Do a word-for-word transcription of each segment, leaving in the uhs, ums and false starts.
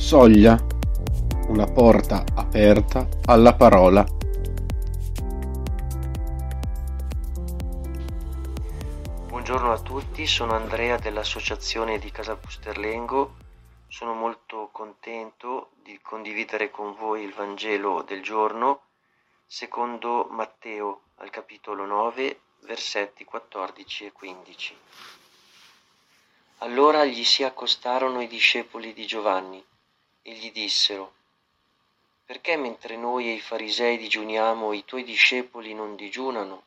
Soglia, una porta aperta alla parola. Buongiorno a tutti, sono Andrea dell'Associazione di Casa Pusterlengo. Sono molto contento di condividere con voi il Vangelo del giorno secondo Matteo al capitolo nove, versetti quattordici e quindici. Allora gli si accostarono i discepoli di Giovanni e gli dissero: perché mentre noi e i farisei digiuniamo, i tuoi discepoli non digiunano?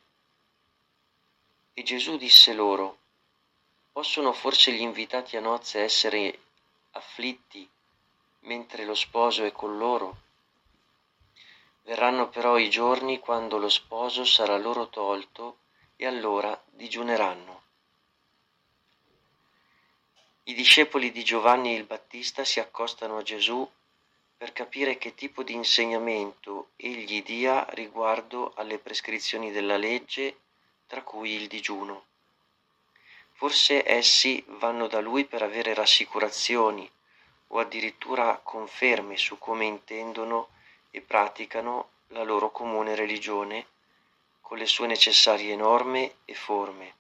E Gesù disse loro: possono forse gli invitati a nozze essere afflitti mentre lo sposo è con loro? Verranno però i giorni quando lo sposo sarà loro tolto e allora digiuneranno. I discepoli di Giovanni il Battista si accostano a Gesù per capire che tipo di insegnamento egli dia riguardo alle prescrizioni della legge, tra cui il digiuno. Forse essi vanno da lui per avere rassicurazioni o addirittura conferme su come intendono e praticano la loro comune religione con le sue necessarie norme e forme.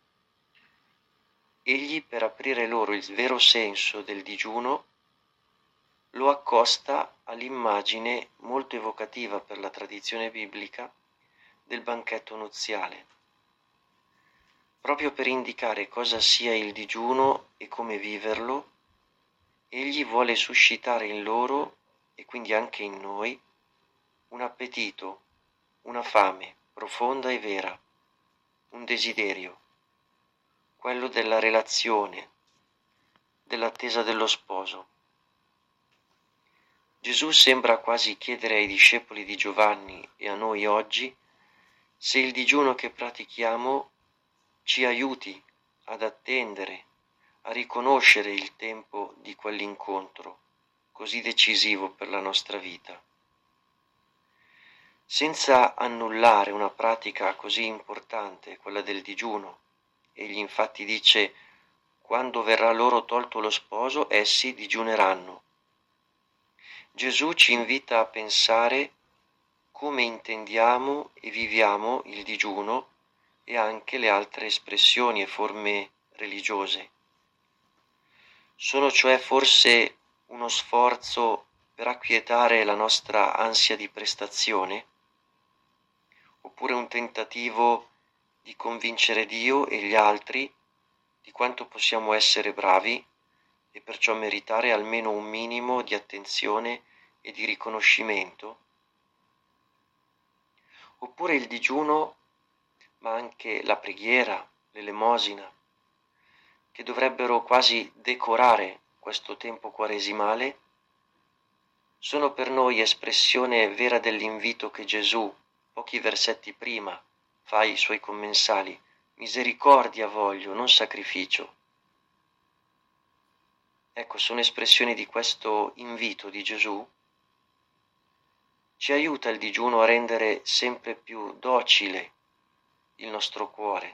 Egli, per aprire loro il vero senso del digiuno, lo accosta all'immagine molto evocativa per la tradizione biblica del banchetto nuziale, proprio per indicare cosa sia il digiuno e come viverlo. Egli vuole suscitare in loro, e quindi anche in noi, un appetito, una fame profonda e vera, un desiderio, quello della relazione, dell'attesa dello sposo. Gesù sembra quasi chiedere ai discepoli di Giovanni e a noi oggi se il digiuno che pratichiamo ci aiuti ad attendere, a riconoscere il tempo di quell'incontro così decisivo per la nostra vita. Senza annullare una pratica così importante, quella del digiuno, egli infatti dice: quando verrà loro tolto lo sposo, essi digiuneranno. Gesù ci invita a pensare come intendiamo e viviamo il digiuno e anche le altre espressioni e forme religiose. Sono cioè forse uno sforzo per acquietare la nostra ansia di prestazione? Oppure un tentativo di convincere Dio e gli altri di quanto possiamo essere bravi e perciò meritare almeno un minimo di attenzione e di riconoscimento? Oppure il digiuno, ma anche la preghiera, l'elemosina, che dovrebbero quasi decorare questo tempo quaresimale, sono per noi espressione vera dell'invito che Gesù, pochi versetti prima, fa ai suoi commensali: misericordia voglio, non sacrificio. Ecco, sono espressioni di questo invito di Gesù. Ci aiuta il digiuno a rendere sempre più docile il nostro cuore,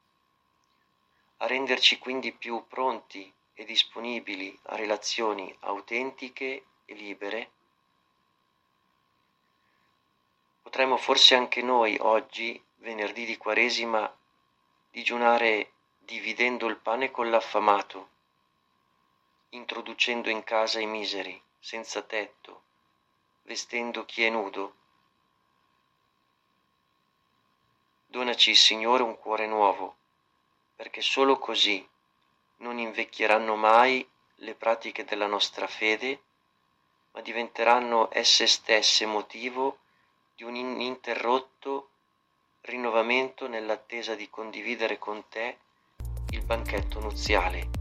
a renderci quindi più pronti e disponibili a relazioni autentiche e libere. Potremmo forse anche noi oggi, venerdì di Quaresima, digiunare dividendo il pane con l'affamato, introducendo in casa i miseri, senza tetto, vestendo chi è nudo. Donaci, Signore, un cuore nuovo, perché solo così non invecchieranno mai le pratiche della nostra fede, ma diventeranno esse stesse motivo di un ininterrotto rinnovamento nell'attesa di condividere con te il banchetto nuziale.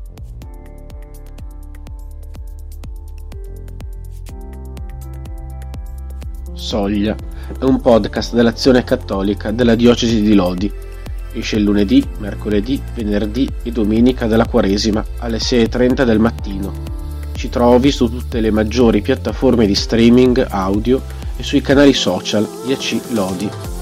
Soglia è un podcast dell'Azione Cattolica della Diocesi di Lodi. Esce il lunedì, mercoledì, venerdì e domenica della Quaresima alle sei e trenta del mattino. Ci trovi su tutte le maggiori piattaforme di streaming audio e sui canali social di A C Lodi.